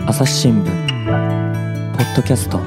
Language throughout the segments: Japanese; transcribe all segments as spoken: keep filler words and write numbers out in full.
朝日新聞ポッドキャスト。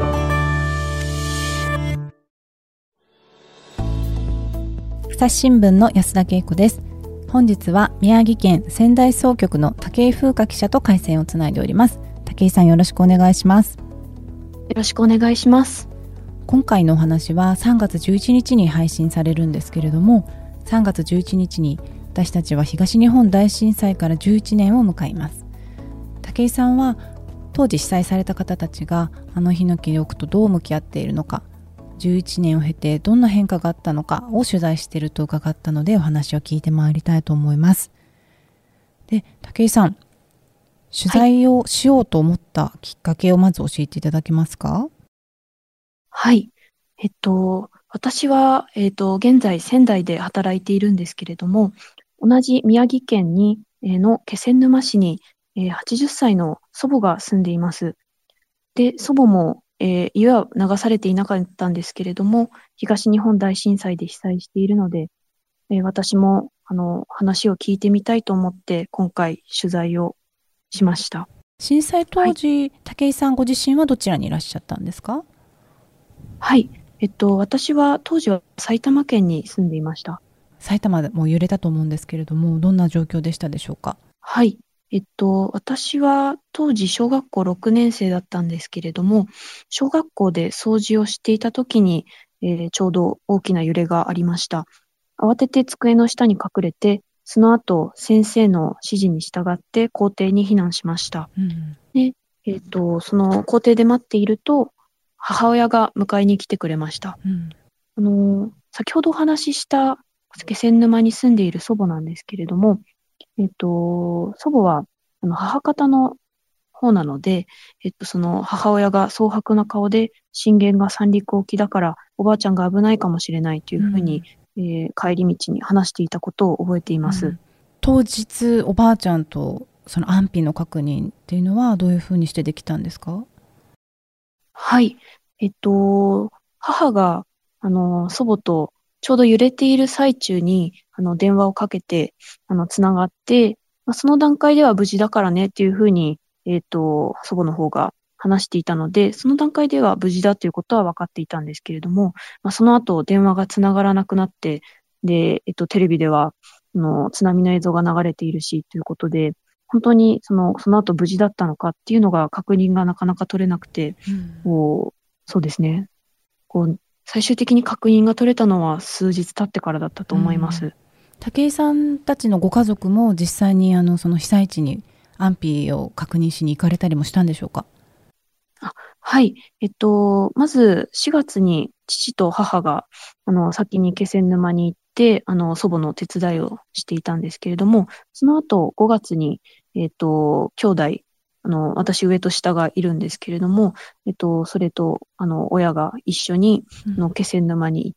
朝日新聞の安田恵子です。本日は宮城県仙台総局の武井風花記者と回線をつないでおります。武井さん、よろしくお願いします。 よろしくお願いします。 今回のお話はさんがつじゅういちにちに配信されるんですけれども、さんがつじゅういちにちに私たちは東日本大震災からじゅういちねんを迎えます。武井さんは当時被災された方たちがあの日の記憶とどう向き合っているのか、じゅういちねんを経てどんな変化があったのかを取材していると伺ったので、お話を聞いてまいりたいと思います。で、武井さん、取材をしようと思ったきっかけをまず教えていただけますか？ はい。えっと、私は、えっと、現在仙台で働いているんですけれども、同じ宮城県に、えーの気仙沼市に、えーはちじゅっさいの祖母が住んでいます。で、祖母も、えー家は流されていなかったんですけれども、東日本大震災で被災しているので、えー私も、あの、話を聞いてみたいと思って、今回取材をしました。 震災当時、武井さんご自身はどちらにいらっしゃったんですか？ はい。えっと、私は当時は埼玉県に住んでいました。 埼玉でも揺れたと思うんですけれども、どんな状況でしたでしょうか？ はい。えっと、私は当時小学校ろくねん生だったんですけれども、小学校で掃除をしていた時に、えーちょうど大きな揺れがありました。慌てて机の下に隠れて、その後先生の指示に従って校庭に避難しました。 うん、 で、えっと、その校庭で待っていると、母親が迎えに来てくれました。 うん、 あの、先ほどお話しした気仙沼に住んでいる祖母なんですけれども、えっと、祖母はあの母方の方なので、えっと、その母親が蒼白な顔で震源が三陸沖だからおばあちゃんが危ないかもしれないというふうに、うんえー帰り道に話していたことを覚えています。うん、 当日おばあちゃんとその安否の確認っていうのはどういうふうにしてできたんですか？ はい。えっと、母が、あの、祖母とちょうど揺れている最中に、あの、電話をかけて、あの、つながって、まあ、その段階では無事だからねっていうふうに、えっと、祖母の方が話していたので、その段階では無事だということは分かっていたんですけれども、まあ、その後電話がつながらなくなって、で、えっと、テレビでは、あの、津波の映像が流れているし、ということで、本当にその、その後無事だったのかっていうのが確認がなかなか取れなくて、うん、こう、そうですね。こう、最終的に確認が取れたのは数日経ってからだったと思います。うん、 武井さんたちのご家族も実際にあのその被災地に安否を確認しに行かれたりもしたんでしょうか？ あ、はい。えっと、まずしがつに父と母が、あの、先に気仙沼に行って、あの、祖母の手伝いをしていたんですけれども、その後ごがつに、えっと、兄弟、あの、私上と下がいるんですけれども、えっと、それと、あの、親が一緒に、あの、気仙沼に行って、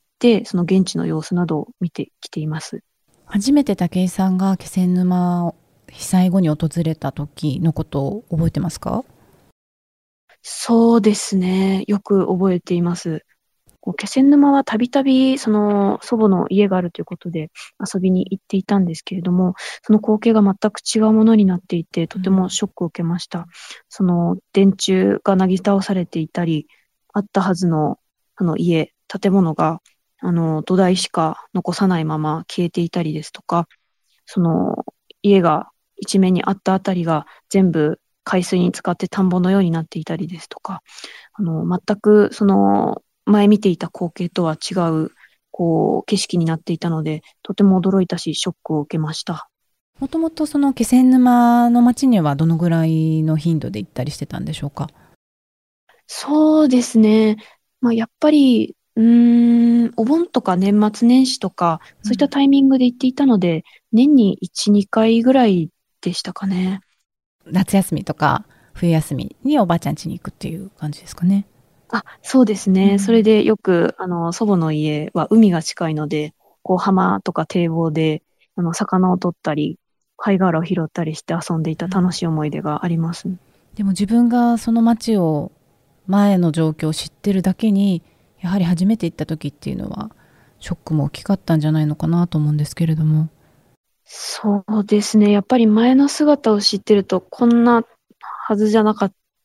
その現地の様子などを見てきています。 初めて武井さんが気仙沼を被災後に訪れた時のことを覚えてますか？ そうですね。よく覚えています。気仙沼はたびたびその祖母の家があるということで遊びに行っていたんですけれども、その光景が全く違うものになっていて、とてもショックを受けました。うん、その電柱がなぎ倒されていたり、あったはずのあの家、建物があの土台しか残さないまま消えていたりですとか、その家が一面にあったあたりが全部海水に浸かって田んぼのようになっていたりですとか、あの全くその前見ていた光景とは違う、こう、景色になっていたので、とても驚いたし、ショックを受けました。 もともとその気仙沼の町にはどのぐらいの頻度で行ったりしてたんでしょうか？ そうですね。まあ、やっぱり、うーん、お盆とか年末年始とか、そういったタイミングで行っていたので、うん、年にいち、にかいぐらいでしたかね。 夏休みとか冬休みにおばあちゃん家に行くっていう感じですかね。 あ、そうですね。うん、それでよく、あの、祖母の家は海が近いので、こう、浜とか堤防で、あの、魚を取ったり、貝殻を拾ったりして遊んでいた楽しい思い出があります。うん、 でも自分がその町を、前の状況を知ってるだけに、やはり初めて行った時っていうのは、ショックも大きかったんじゃないのかなと思うんですけれども。 そうですね。やっぱり前の姿を知ってると、こんなはずじゃなかっ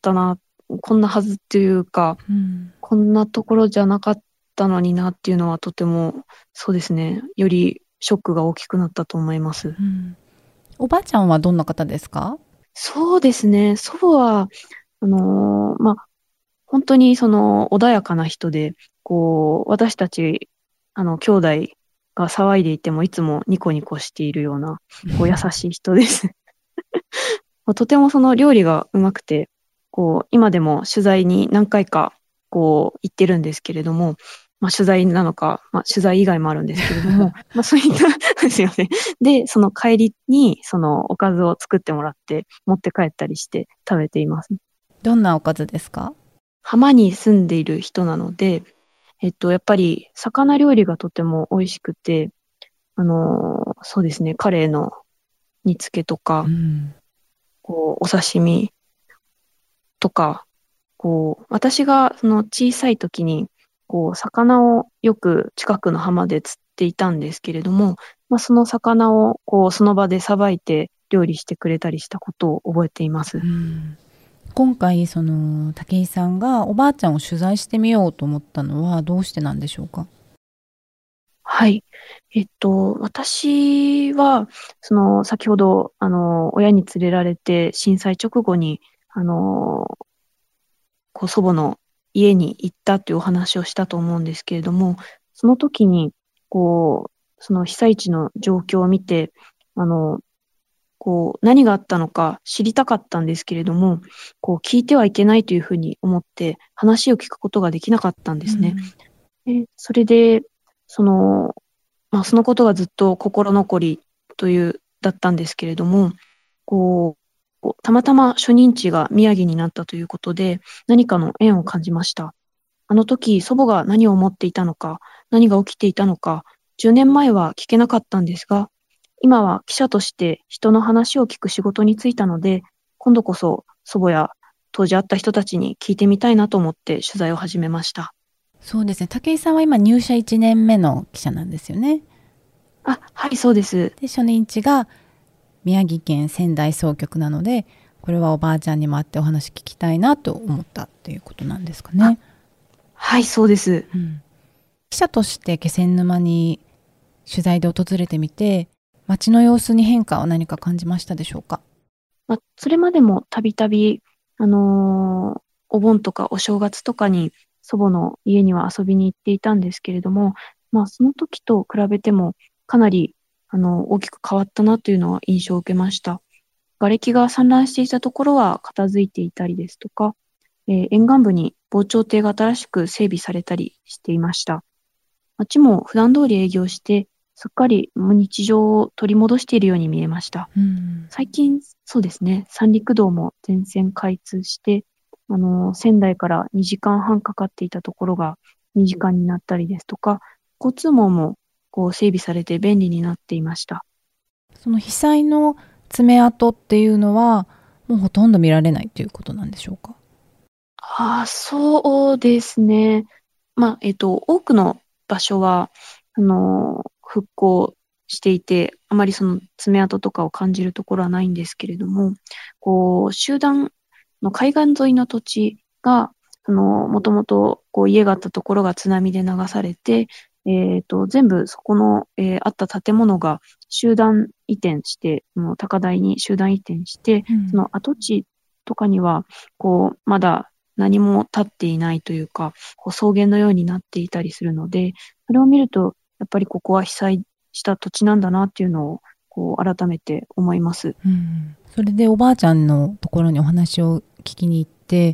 ったな、こんなはずっていうか、 うん、 こんなところじゃなかったのになっていうのはとても、そうですね、よりショックが大きくなったと思います。 うん、おばあちゃんはどんな方ですか？ そうですね、祖母は、あのーまあ、本当にその穏やかな人で、こう、私たち、あの、兄弟が騒いでいてもいつもニコニコしているような、こう、優しい人です。とてもその料理がうまくて、こう、今でも取材に何回か、こう、行ってるんですけれども、まあ、取材なのか、まあ、取材以外もあるんですけれども、まあ、そういったですよね。で、その帰りに、そのおかずを作ってもらって、持って帰ったりして食べています。 どんなおかずですか？ 浜に住んでいる人なので、えっと、やっぱり、魚料理がとても美味しくて、あのーそうですね、カレーの煮付けとか、 うん、 こう、お刺身とか、こう、私がその小さい時に、こう、魚をよく近くの浜で釣っていたんですけれども、まあ、その魚を、こう、その場でさばいて料理してくれたりしたことを覚えています。 うん、今回その武井さんがおばあちゃんを取材してみようと思ったのはどうしてなんでしょうか？ はい。えっと、私は、その、先ほど、あの、親に連れられて、震災直後に、あの、こう祖母の家に行ったというお話をしたと思うんですけれども、その時に、こう、その被災地の状況を見て、あの、こう、何があったのか知りたかったんですけれども、こう、聞いてはいけないというふうに思って、話を聞くことができなかったんですね。で、それで、その、まあ、そのことがずっと心残りという、だったんですけれども、こう、こうたまたま初任地が宮城になったということで、何かの縁を感じました。あの時、祖母が何を思っていたのか、何が起きていたのか、じゅうねんまえは聞けなかったんですが、今は記者として人の話を聞く仕事に就いたので、今度こそ祖母や当時会った人たちに聞いてみたいなと思って取材を始めました。 そうですね、武井さんは今入社いちねんめの記者なんですよね。 あ、はい、そうです。 で、初任地が宮城県仙台総局なので、これはおばあちゃんにも会ってお話聞きたいなと思ったっていうことなんですかね。 はい、そうです。 うん、記者として気仙沼に取材で訪れてみて、街の様子に変化は何か感じましたでしょうか？ まあ、それまでもたびたび、あのーお盆とかお正月とかに祖母の家には遊びに行っていたんですけれども、まあ、その時と比べてもかなり、あの、大きく変わったなというのは印象を受けました。瓦礫が散乱していたところは片付いていたりですとか、えー沿岸部に防潮堤が新しく整備されたりしていました。街も普段通り営業して、すっかり日常を取り戻しているように見えました。 うん、 最近、そうですね、三陸道も全線開通して、あの、仙台からにじかんはんかかっていたところがにじかんになったりですとか、交通網もこう整備されて便利になっていました。 その被災の爪痕っていうのはもうほとんど見られないということなんでしょうか？ ああ、そうですね。まあ、えっと、多くの場所は、あの、復興していて、あまりその爪痕とかを感じるところはないんですけれども、こう、集団の海岸沿いの土地が、その、もともと、こう、家があったところが津波で流されて、えっと、全部そこの、えーあった建物が集団移転して、もう高台に集団移転して、 うん、 その跡地とかには、こう、まだ何も立っていないというか、こう草原のようになっていたりするので、それを見ると、やっぱりここは被災した土地なんだなっていうのを、こう、改めて思います。 うん、それでおばあちゃんのところにお話を聞きに行って、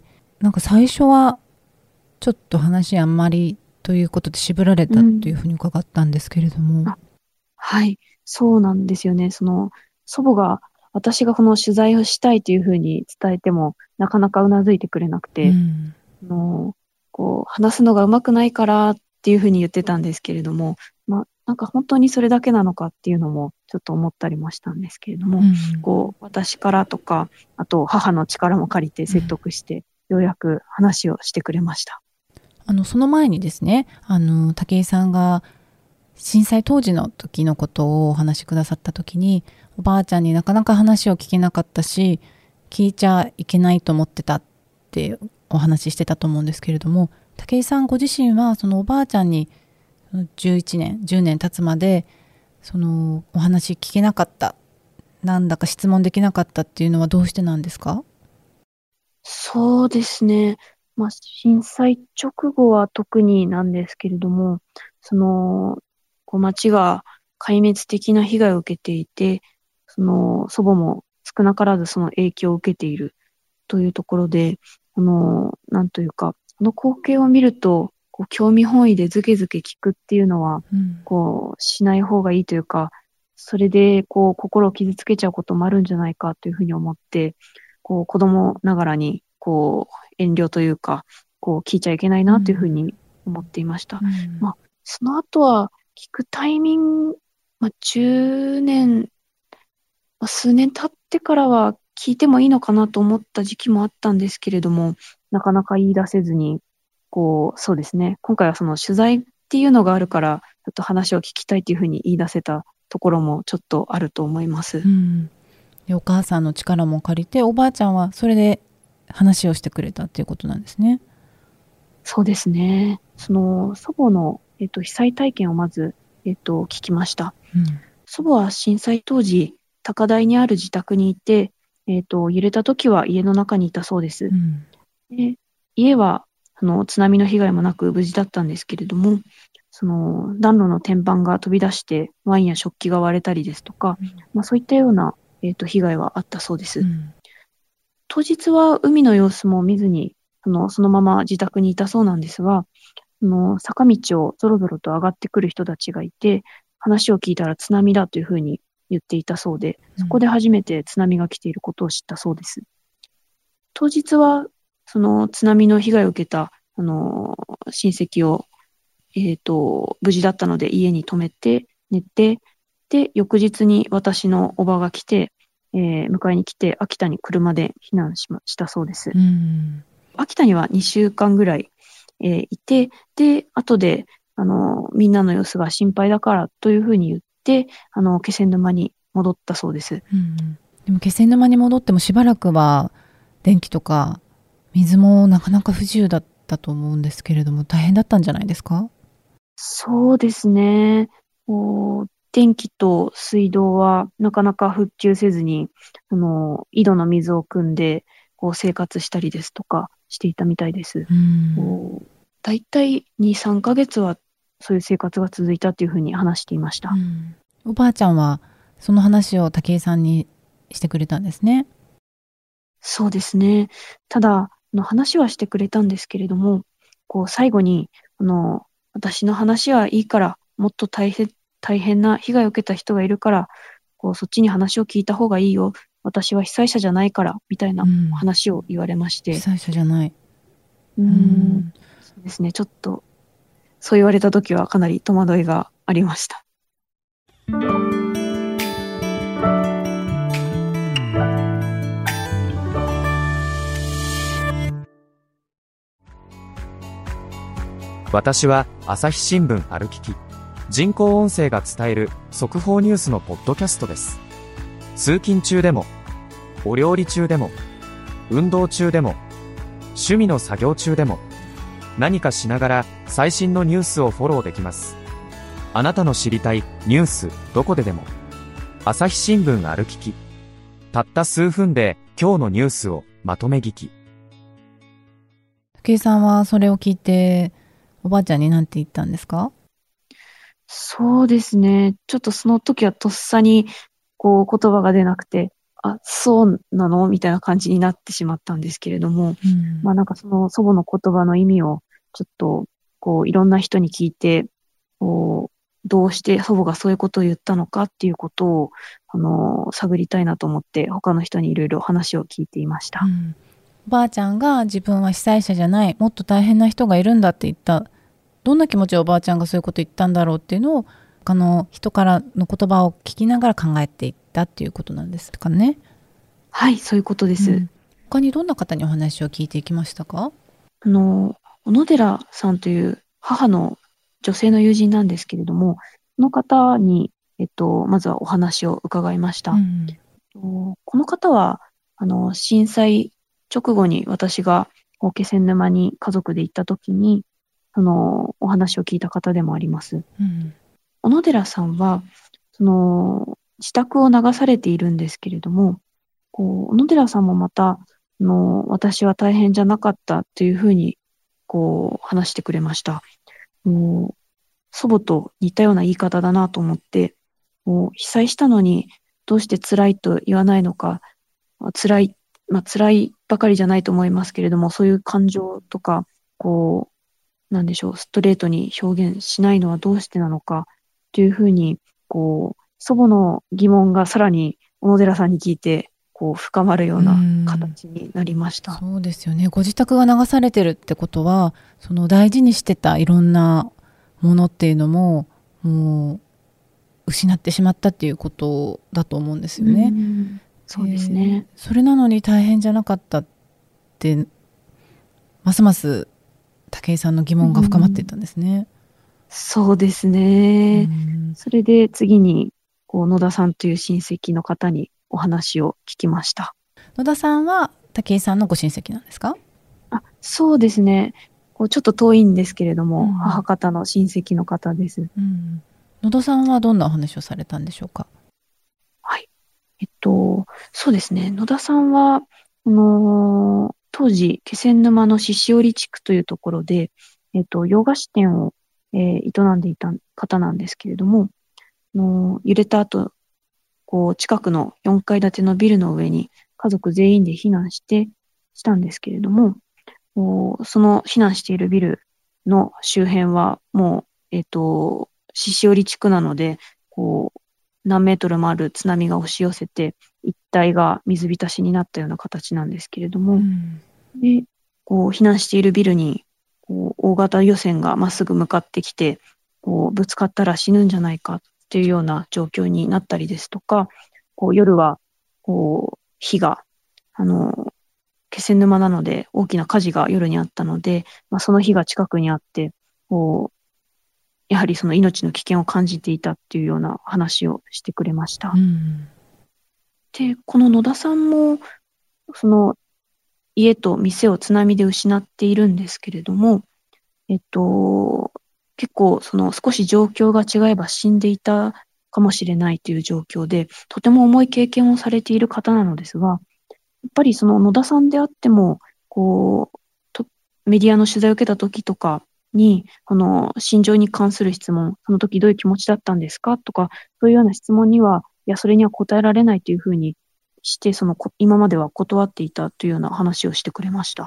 なんか最初はちょっと話あんまりということで渋られたっていうふうに伺ったんですけれども、 うんあはい、そうなんですよね。その、祖母が、私がこの取材をしたいというふうに伝えても、なかなかうなずいてくれなくて、 うん、 あの、こう、話すのが上手くないからっていうふうに言ってたんですけれども、まあ、なんか本当にそれだけなのかっていうのもちょっと思ったりもしたんですけれども、 うん、 こう、私からとか、あと母の力も借りて説得して、ようやく話をしてくれました。 あのその前にですね、あの武井さんが震災当時の時のことをお話しくださった時に、おばあちゃんになかなか話を聞けなかったし、聞いちゃいけないと思ってたっってお話ししてたと思うんですけれども、武井さんご自身はそのおばあちゃんにじゅういちねんじゅうねん経つまでそのお話聞けなかった、なんだか質問できなかったっていうのはどうしてなんですか？ そうですね。まあ、震災直後は特になんですけれども、その、こう町が壊滅的な被害を受けていて、その祖母も少なからずその影響を受けているというところで、あの、なんというか、この光景を見ると、こう興味本位でズケズケ聞くっていうのは、 うん、 こう、しない方がいいというか、それで、こう、心を傷つけちゃうこともあるんじゃないかというふうに思って、こう、子供ながらに、こう、遠慮というか、こう、聞いちゃいけないなというふうに思っていました。 うん、 まあ、その後は、聞くタイミング、まあ、じゅうねん、まあ、数年経ってからは聞いてもいいのかなと思った時期もあったんですけれども、なかなか言い出せずに、こう、そうですね。今回はその取材っていうのがあるから、ちょっと話を聞きたいっていうふうに言い出せたところもちょっとあると思います。 うん、でお母さんの力も借りておばあちゃんはそれで話をしてくれたっていうことなんですね。 そうですね。その祖母の、えっと、被災体験をまず、えっと、聞きました。 うん、 祖母は震災当時、高台にある自宅にいて、えっと、揺れた時は家の中にいたそうです。 うん、 で家はあの津波の被害もなく無事だったんですけれども、その暖炉の天板が飛び出してワインや食器が割れたりですとか、 うん、 まあ、そういったような、えっと、被害はあったそうです。 うん、 当日は海の様子も見ずに、あのそのまま自宅にいたそうなんですが、あの坂道をぞろぞろと上がってくる人たちがいて、話を聞いたら津波だというふうに言っていたそうで、そこで初めて津波が来ていることを知ったそうです。当日は、その津波の被害を受けた、あの、親戚を、えっと、無事だったので家に泊めて寝て、で、翌日に私のおばが来て、えー迎えに来て、秋田に車で避難しましたそうです。 うん、 秋田にはにしゅうかんぐらい、えーいて、で、後で、あの、みんなの様子が心配だからというふうに言って、あの、気仙沼に戻ったそうです。 うん、でも気仙沼に戻ってもしばらくは電気とか水もなかなか不自由だったと思うんですけれども、大変だったんじゃないですか？ そうですね。こう電気と水道はなかなか復旧せずに、あの、井戸の水を汲んで、こう生活したりですとかしていたみたいです。 うん、 こうだいたいに、さんかげつはそういう生活が続いたというふうに話していましうた。 ん、おばあちゃんはその話を武井さんにしてくれたんですね。 そうですね。ただ、あの話はしてくれたんですけれども、こう最後に、あの、私の話はいいから、もっと大変、大変な被害を受けた人がいるから、こうそっちに話を聞いた方がいいよ。私は被災者じゃないから、みたいなうん話を言われまして。 被災者じゃない。 うーん、そうですね。ちょっと、そう言われた時はかなり戸惑いがありました。 私は朝日新聞ある聞き。人工音声が伝える速報ニュースのポッドキャストです。通勤中でも、お料理中でも、運動中でも、趣味の作業中でも、何かしながら最新のニュースをフォローできます。あなたの知りたいニュースどこででも。朝日新聞ある聞き。たった数分で今日のニュースをまとめ聞き。 武井さんはそれを聞いておばあちゃんに何て言ったんですか？ そうですね。ちょっとその時はとっさに、こう言葉が出なくて、あ、そうなのみたいな感じになってしまったんですけれども、 うん、 まあなんかその祖母の言葉の意味をちょっとこういろんな人に聞いて、こうどうして祖母がそういうことを言ったのかっていうことをあの探りたいなと思って他の人にいろいろ話を聞いていました。 うん、おばあちゃんが自分は被災者じゃない、もっと大変な人がいるんだって言った、どんな気持ちでおばあちゃんがそういうこと言ったんだろうっていうのを他の人からの言葉を聞きながら考えていったっていうことなんですかね。 はい、そういうことです。 うん、他にどんな方にお話を聞いていきましたか？ あの小野寺さんという母の女性の友人なんですけれども、その方に、えっと、まずはお話を伺いました。 うん、 この方はあの震災直後に私がこう気仙沼に家族で行った時に、そのお話を聞いた方でもあります。 うん、 小野寺さんは、その自宅を流されているんですけれども、こう小野寺さんもまた、あの私は大変じゃなかったというふうにこう話してくれました。もう祖母と似たような言い方だなと思って、もう被災したのにどうして辛いと言わないのか、まあ辛い、まあ、辛いばかりじゃないと思いますけれども、そういう感情とか、こう、なんでしょう、ストレートに表現しないのはどうしてなのかというふうに、こう、祖母の疑問がさらに小野寺さんに聞いて、こう、深まるような形になりました。 そうですよね。ご自宅が流されてるってことは、その大事にしてたいろんなものっていうのも、もう失ってしまったっていうことだと思うんですよね。 うん、そうですね。 それなのに大変じゃなかったって、ますます武井さんの疑問が深まっていったんですね。うん、 そうですね。それで次にこう野田さんという親戚の方にお話を聞きました。 野田さんは武井さんのご親戚なんですか？ あ、そうですね。こうちょっと遠いんですけれども、うん、母方の親戚の方です。 うん、野田さんはどんなお話をされたんでしょうか？ はい。えっと、そうですね。野田さんは、あのー、当時、気仙沼の獅子折地区というところで、えっと、洋菓子店を、えー、営んでいた方なんですけれども、あのー、揺れた後、こう、近くのよんかい建てのビルの上に家族全員で避難して、したんですけれども、その避難しているビルの周辺はもう、えっと、獅子折地区なので、こう、何メートルもある津波が押し寄せて、一帯が水浸しになったような形なんですけれども、うん、で、こう、避難しているビルに、こう、大型漁船がまっすぐ向かってきて、こう、ぶつかったら死ぬんじゃないかっていうような状況になったりですとか、こう、夜は、こう、火が、あの、気仙沼なので大きな火事が夜にあったので、まあ、その火が近くにあって、こう、やはりその命の危険を感じていたっていうような話をしてくれました。うん、で、この野田さんも、その家と店を津波で失っているんですけれども、えっと、結構その少し状況が違えば死んでいたかもしれないという状況で、とても重い経験をされている方なのですが、やっぱりその野田さんであっても、こう、とメディアの取材を受けた時とかに、この心情に関する質問、その時どういう気持ちだったんですかとか、そういうような質問には、いや、それには答えられないというふうにして、その今までは断っていたというような話をしてくれました。 うん、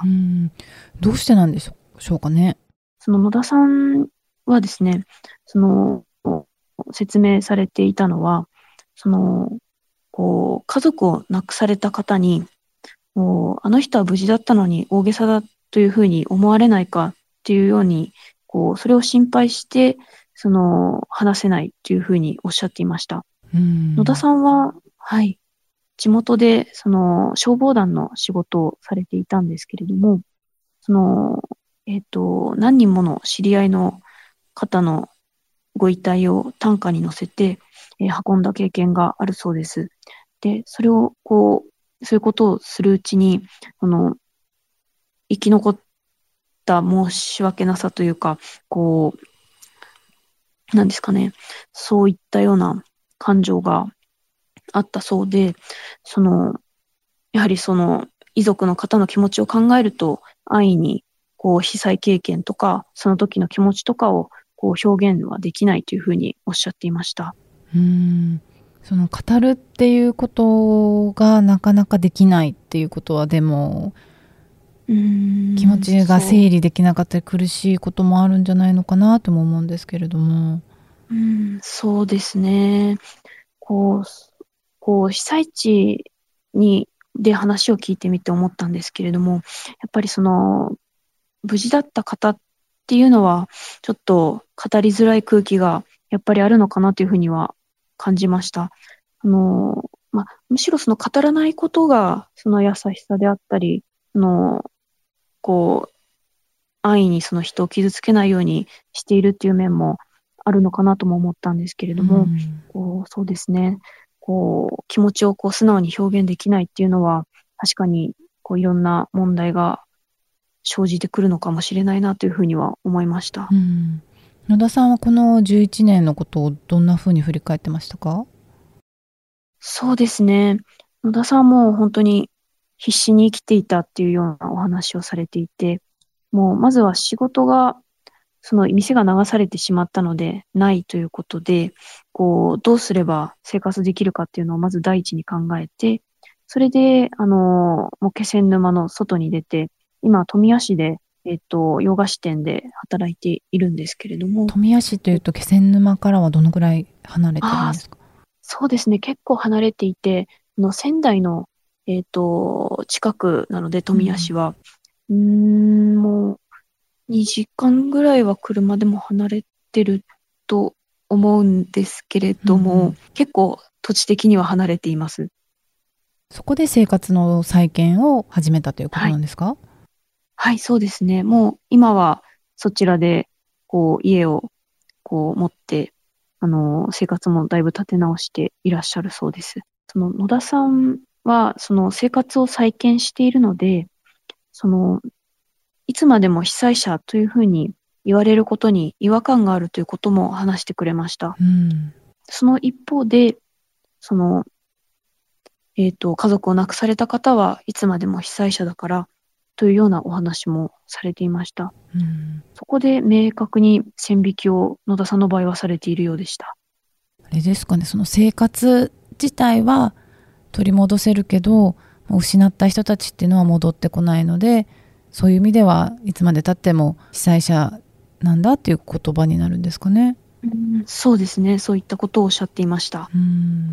どうしてなんでしょうかね。 その野田さんはですね、その説明されていたのは、その、こう、家族を亡くされた方に、もうあの人は無事だったのに大げさだというふうに思われないかっていうように、こう、それを心配して、その、話せないというふうにおっしゃっていました。野田さんは、はい、地元で、その、消防団の仕事をされていたんですけれども、その、えっと、何人もの知り合いの方のご遺体を担架に乗せて、えー、運んだ経験があるそうです。で、それを、こう、そういうことをするうちに、あの、生き残った申し訳なさというか、こう、なんですかね、そういったような感情があったそうで、その、やはりその、遺族の方の気持ちを考えると、安易に、こう、被災経験とか、その時の気持ちとかを、こう、表現はできないというふうにおっしゃっていました。 うーん、その語るっていうことがなかなかできないっていうことは、でもうーん、気持ちが整理できなかったり苦しいこともあるんじゃないのかなとも思うんですけれども。 うーん、そうですね。こう、こう被災地にで話を聞いてみて思ったんですけれども、やっぱりその無事だった方っていうのはちょっと語りづらい空気がやっぱりあるのかなというふうには感じました。あの、まあ、むしろその語らないことがその優しさであったり、あの、こう、安易にその人を傷つけないようにしているっていう面もあるのかなとも思ったんですけれども、うん、こうそうですね、こう気持ちをこう素直に表現できないっていうのは確かにこういろんな問題が生じてくるのかもしれないなというふうには思いました。 うん、野田さんはこのじゅういちねんのことをどんなふうに振り返ってましたか？ そうですね。野田さんも本当に必死に生きていたっていうようなお話をされていて、もうまずは仕事が、その店が流されてしまったのでないということで、こう、どうすれば生活できるかっていうのをまず第一に考えて、それで、あの、もう気仙沼の外に出て、今、富谷市で、えっと、洋菓子店で働いているんですけれども。 富谷市というと気仙沼からはどのぐらい離れてるんですか？ そうですね。結構離れていて、の仙台の、えっと、近くなので、富谷市は。うーん、もう、にじかんぐらいは車でも離れてると思うんですけれども、 うん、 結構土地的には離れています。 そこで生活の再建を始めたということなんですか？ はい、はい、そうですね。もう今はそちらで、こう、家をこう持って、あの、生活もだいぶ立て直していらっしゃるそうです。その野田さんは、その生活を再建しているので、その、いつまでも被災者というふうに言われることに違和感があるということも話してくれました。 うん、 その一方で、その、えっと、家族を亡くされた方はいつまでも被災者だからというようなお話もされていました。 うん、 そこで明確に線引きを野田さんの場合はされているようでした。 あれですかね、その生活自体は取り戻せるけど、失った人たちっていうのは戻ってこないので、そういう意味ではいつまで経っても被災者なんだっていう言葉になるんですかね。 うん、そうですね。そういったことをおっしゃっていました。 うん、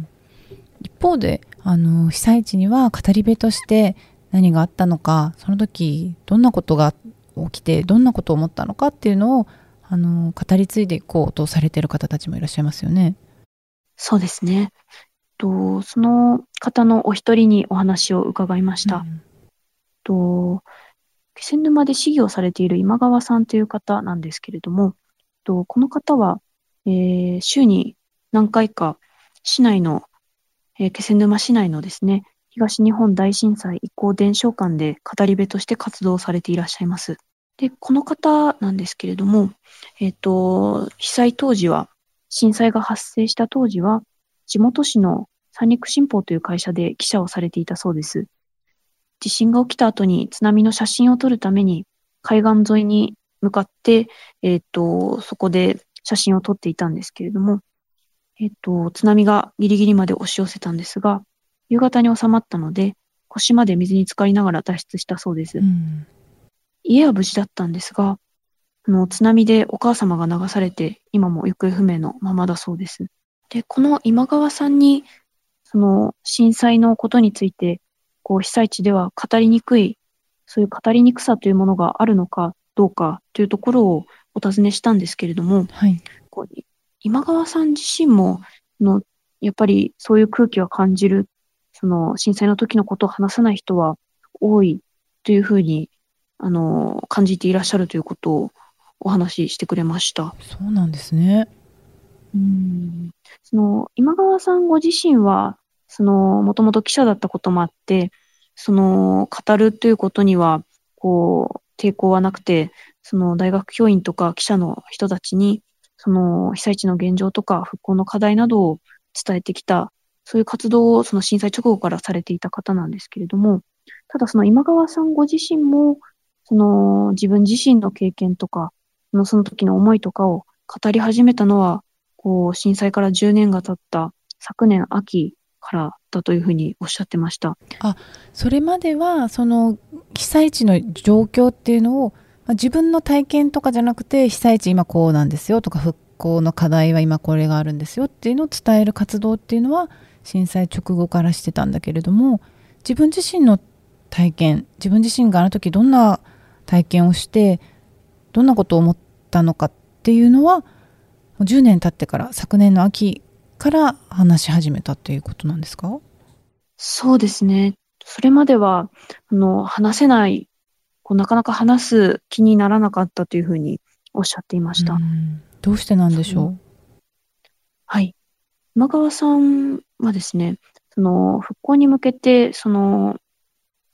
一方であの被災地には語り部として何があったのか、その時どんなことが起きてどんなことを思ったのかっていうのをあの語り継いでいこうとされている方たちもいらっしゃいますよね。 そうですね。とその方のお一人にお話を伺いました。うん、と気仙沼で市議をされている今川さんという方なんですけれども、とこの方は、えー、週に何回か市内の、えー、気仙沼市内のですね、東日本大震災遺構伝承館で語り部として活動されていらっしゃいます。で、この方なんですけれども、えっと、被災当時は、震災が発生した当時は、地元紙の三陸新報という会社で記者をされていたそうです。地震が起きた後に津波の写真を撮るために海岸沿いに向かって、えっと、そこで写真を撮っていたんですけれども、えっと、津波がギリギリまで押し寄せたんですが、夕方に収まったので、腰まで水に浸かりながら脱出したそうです。うん、家は無事だったんですが、あの津波でお母様が流されて、今も行方不明のままだそうです。で、この今川さんに、その震災のことについて、こう被災地では語りにくい、そういう語りにくさというものがあるのかどうかというところをお尋ねしたんですけれども、 はい、 こう今川さん自身もの、やっぱりそういう空気は感じる、その震災の時のことを話さない人は多いというふうにあの感じていらっしゃるということをお話ししてくれました。 そうなんですね。 うーん、その今川さんご自身はそのもともと記者だったこともあって、その語るということにはこう抵抗はなくて、その大学教員とか記者の人たちにその被災地の現状とか復興の課題などを伝えてきた、そういう活動をその震災直後からされていた方なんですけれども、ただその今川さんご自身もその自分自身の経験とかそのその時の思いとかを語り始めたのはこう震災からじゅうねんが経った昨年秋からだというふうにおっしゃってました。 あ、それまではその被災地の状況っていうのを、まあ、自分の体験とかじゃなくて、被災地今こうなんですよとか、復興の課題は今これがあるんですよっていうのを伝える活動っていうのは震災直後からしてたんだけれども、自分自身の体験、自分自身があの時どんな体験をしてどんなことを思ったのかっていうのはじゅうねん経ってから、昨年の秋から話し始めたっていうことなんですか？ そうですね。それまではあの話せない、こうなかなか話す気にならなかったというふうにおっしゃっていました。 うん、どうしてなんでしょう？ はい。今川さんはですね、その復興に向けてその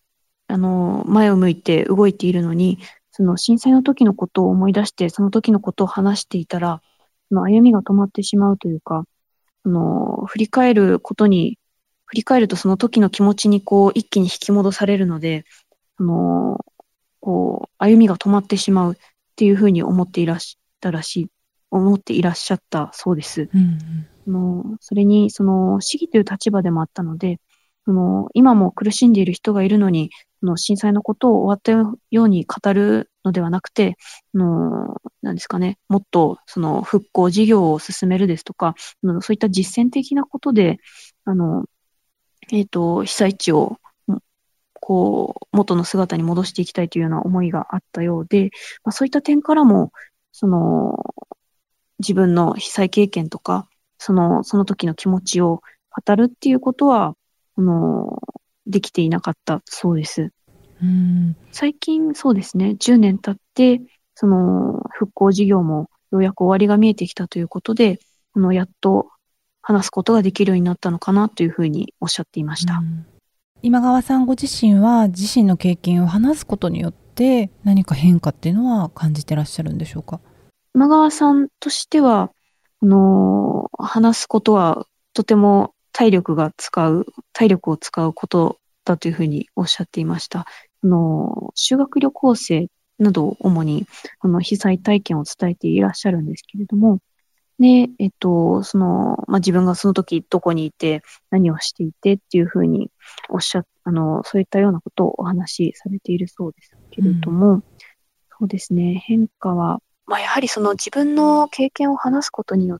あの、前を向いて動いているのに、その震災の時のことを思い出して、その時のことを話していたら、その歩みが止まってしまうというか、あの、振り返ることに、振り返るとその時の気持ちにこう一気に引き戻されるので、あの、こう、歩みが止まってしまうっていうふうに思っていらっしゃったらしい、思っていらっしゃったそうです。 うんあのそれに、その、市議という立場でもあったので、その今も苦しんでいる人がいるのに、その震災のことを終わったように語るのではなくて、あのなんですかね、もっとその復興事業を進めるですとか、あのそういった実践的なことで、あの、えっと、被災地を、こう、元の姿に戻していきたいというような思いがあったようで、まあ、そういった点からも、その、自分の被災経験とか、その、その時の気持ちを語るっていうことは、あの、できていなかったそうです。 うん最近そうですね、じゅうねん経って、その、復興事業もようやく終わりが見えてきたということで、あの、やっと話すことができるようになったのかなというふうにおっしゃっていました。 うん今川さんご自身は自身の経験を話すことによって何か変化っていうのは感じてらっしゃるんでしょうか？ 今川さんとしては、あの、話すことはとても体力が使う、体力を使うことだというふうにおっしゃっていました。あの、修学旅行生などを主に、あの、被災体験を伝えていらっしゃるんですけれども、で、えっと、その、まあ、自分がその時どこにいて、何をしていてっていうふうにおっしゃ、あの、そういったようなことをお話しされているそうですけれども、うん、そうですね、変化は、まあ、やはりその自分の経験を話すことによって、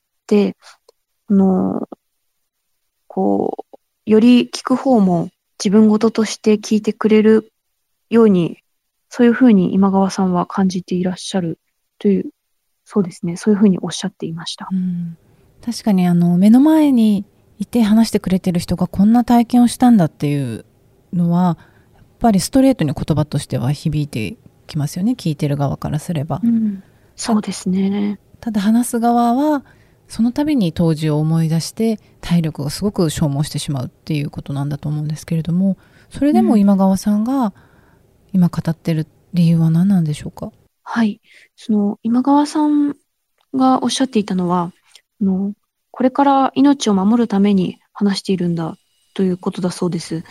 あの、こう、より聞く方も自分事として聞いてくれるように、そういうふうに今川さんは感じていらっしゃるという、そうですね、そういうふうにおっしゃっていました。 うん、確かにあの目の前にいて話してくれてる人がこんな体験をしたんだっていうのはやっぱりストレートに言葉としては響いてきますよね、聞いてる側からすれば、 うん、そうですね。 ただ話す側はその度に当時を思い出して体力がすごく消耗してしまうっていうことなんだと思うんですけれども、それでも今川さんが今語ってる理由は何なんでしょうか？うん、 はい。その今川さんがおっしゃっていたのは、あのこれから命を守るために話しているんだということだそうです。うん、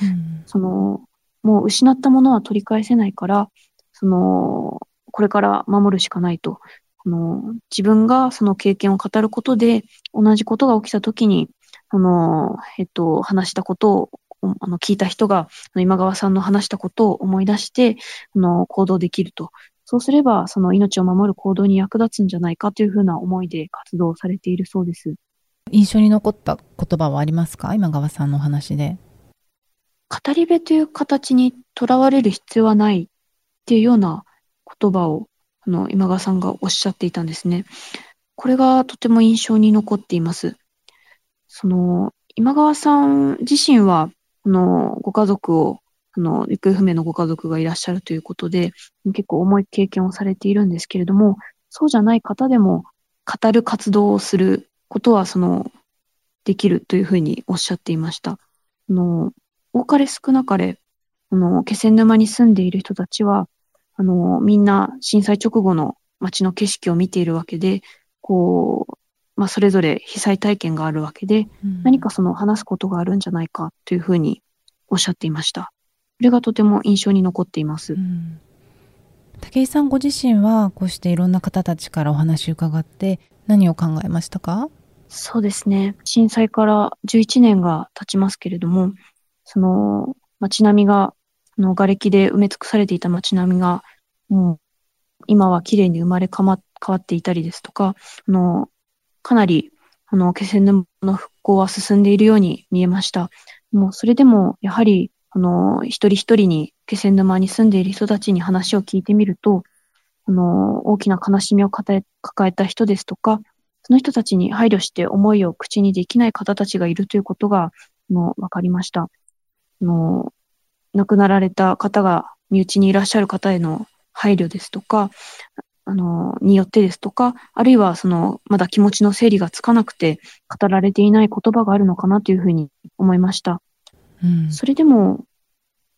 そのもう失ったものは取り返せないから、そのこれから守るしかないと。あの自分がその経験を語ることで同じことが起きたときに、あの、えっと、話したことをあの聞いた人が今川さんの話したことを思い出してあの行動できると。そうすれば、その命を守る行動に役立つんじゃないかというふうな思いで活動されているそうです。 印象に残った言葉はありますか？今川さんのお話で。 語り部という形にとらわれる必要はないっていうような言葉をあの今川さんがおっしゃっていたんですね。これがとても印象に残っています。その今川さん自身はあのご家族をあの、行方不明のご家族がいらっしゃるということで、結構重い経験をされているんですけれども、そうじゃない方でも、語る活動をすることは、その、できるというふうにおっしゃっていました。あの、多かれ少なかれ、あの、気仙沼に住んでいる人たちは、あの、みんな震災直後の街の景色を見ているわけで、こう、まあ、それぞれ被災体験があるわけで、うん、何かその話すことがあるんじゃないかというふうにおっしゃっていました。それがとても印象に残っています。うん、 武井さんご自身はこうしていろんな方たちからお話を伺って何を考えましたか？ そうですね。震災からじゅういちねんが経ちますけれども、その街並みが、あの瓦礫で埋め尽くされていた街並みが、もう今は綺麗に生まれ変わっていたりですとか、あのかなりあの気仙沼の復興は進んでいるように見えました。もうそれでもやはりあの、一人一人に気仙沼に住んでいる人たちに話を聞いてみると、あの、大きな悲しみを抱え、抱えた人ですとか、その人たちに配慮して思いを口にできない方たちがいるということが、あの、わかりました。あの、亡くなられた方が身内にいらっしゃる方への配慮ですとか、あの、によってですとか、あるいはその、まだ気持ちの整理がつかなくて語られていない言葉があるのかなというふうに思いました。うん、それでも、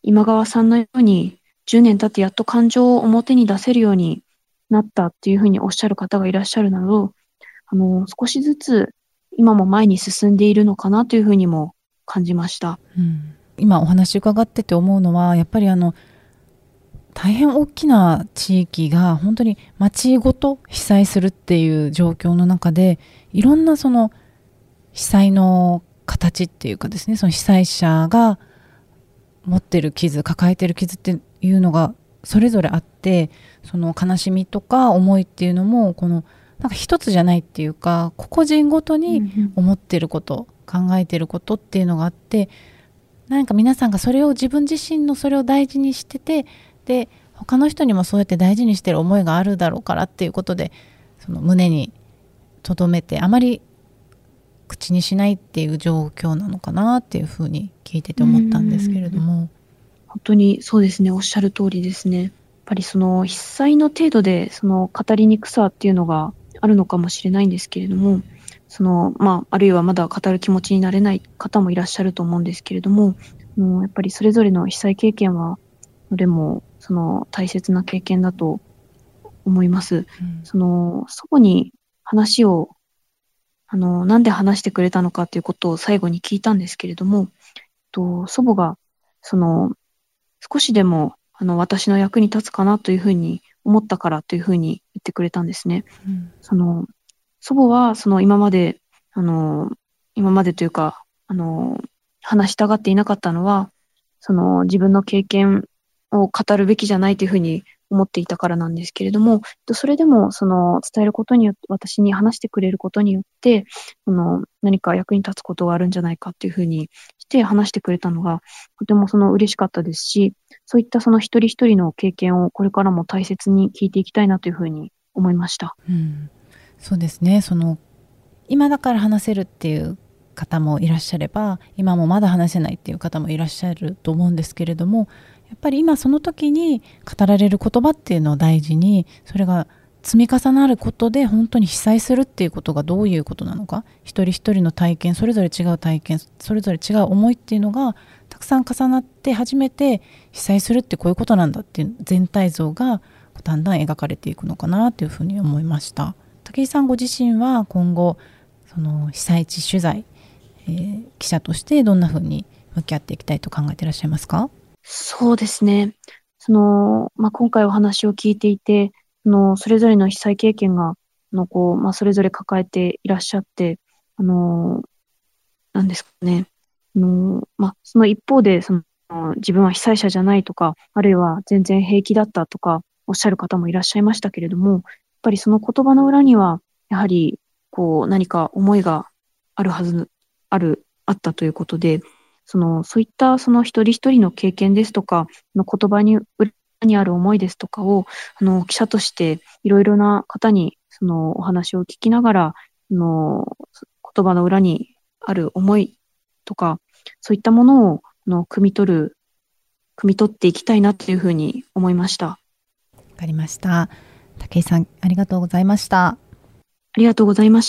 今川さんのようにじゅうねん経ってやっと感情を表に出せるようになったっていうふうにおっしゃる方がいらっしゃるなど、あの、少しずつ今も前に進んでいるのかなというふうにも感じました。 うん、今お話伺ってて思うのは、やっぱりあの大変大きな地域が本当に町ごと被災するっていう状況の中で、いろんなその被災の形っていうかですね、その被災者が持ってる傷、抱えてる傷っていうのがそれぞれあって、その悲しみとか思いっていうのもこのなんか一つじゃないっていうか、個々人ごとに思ってること、うんうん、考えてることっていうのがあって、なんか皆さんがそれを自分自身のそれを大事にしてて、で他の人にもそうやって大事にしてる思いがあるだろうからっていうことで、その胸に留めてあまり口にしないっていう状況なのかなっていうふうに聞いてて思ったんですけれども。 本当にそうですね、おっしゃる通りですね。やっぱりその被災の程度でその語りにくさっていうのがあるのかもしれないんですけれども、そのまああるいはまだ語る気持ちになれない方もいらっしゃると思うんですけれども、もうやっぱりそれぞれの被災経験はどれもその大切な経験だと思います。うん、その祖母に話をあのなんで話してくれたのかということを最後に聞いたんですけれども、と祖母がその少しでもあの私の役に立つかなというふうに思ったからというふうに言ってくれたんですね。うん、その祖母はその今まであの今までというかあの話したがっていなかったのは、その自分の経験を語るべきじゃないというふうに思っていたからなんですけれども、それでもその伝えることによって、私に話してくれることによってその何か役に立つことがあるんじゃないかというふうにして話してくれたのがとてもその嬉しかったですし、そういったその一人一人の経験をこれからも大切に聞いていきたいなというふうに思いました。 うん、そうですね。その今だから話せるっていう方もいらっしゃれば、今もまだ話せないっていう方もいらっしゃると思うんですけれども、やっぱり今その時に語られる言葉っていうのを大事に、それが積み重なることで本当に被災するっていうことがどういうことなのか、一人一人の体験、それぞれ違う体験、それぞれ違う思いっていうのがたくさん重なって初めて被災するってこういうことなんだっていう全体像がだんだん描かれていくのかなというふうに思いました。武井さんご自身は今後その被災地取材、えー、記者としてどんなふうに向き合っていきたいと考えていらっしゃいますか？ そうですね。その、まあ、今回お話を聞いていて、その、それぞれの被災経験が、あの、こう、まあ、それぞれ抱えていらっしゃって、あの、なんですかね。あの、まあ、その一方で、その、自分は被災者じゃないとか、あるいは全然平気だったとか、おっしゃる方もいらっしゃいましたけれども、やっぱりその言葉の裏には、やはり、こう、何か思いがあるはず、ある、あったということで、その、そういったその一人一人の経験ですとか、の言葉に、裏にある思いですとかを、あの、記者としていろいろな方にそのお話を聞きながら、あの、言葉の裏にある思いとか、そういったものを、あの、汲み取る、汲み取っていきたいなというふうに思いました。わかりました。武井さん、ありがとうございました。 ありがとうございました。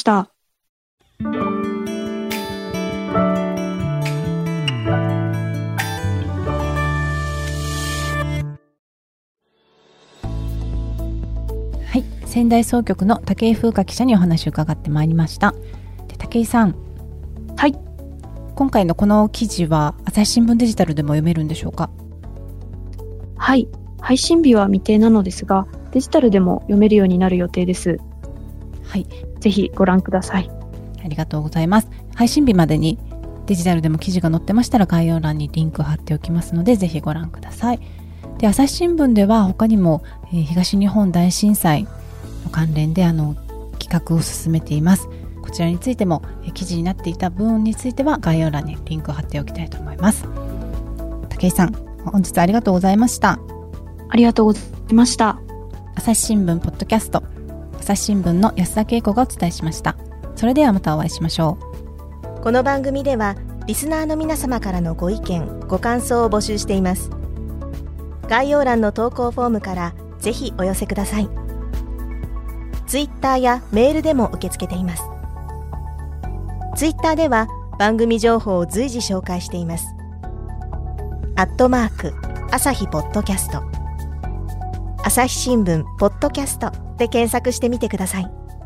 はい、仙台総局の武井風花記者にお話を伺ってまいりました。で、武井さん、 はい、 今回のこの記事は朝日新聞デジタルでも読めるんでしょうか？ はい、配信日は未定なのですが、デジタルでも読めるようになる予定です。 はい、 ぜひご覧ください。 ありがとうございます。配信日までにデジタルでも記事が載ってましたら概要欄にリンクを貼っておきますので、ぜひご覧ください。で、朝日新聞では他にも、えー、東日本大震災の関連であの企画を進めています。こちらについても、えー、記事になっていた分については概要欄にリンクを貼っておきたいと思います。武井さん、本日はありがとうございました。 ありがとうございました。 朝日新聞ポッドキャスト、朝日新聞の安田恵子がお伝えしました。それではまたお会いしましょう。この番組ではリスナーの皆様からのご意見ご感想を募集しています。概要欄の投稿フォームからぜひお寄せください。ツイッターやメールでも受け付けています。ツイッターでは番組情報を随時紹介しています。アットマーク朝日ポッドキャスト、朝日新聞ポッドキャストで検索してみてください。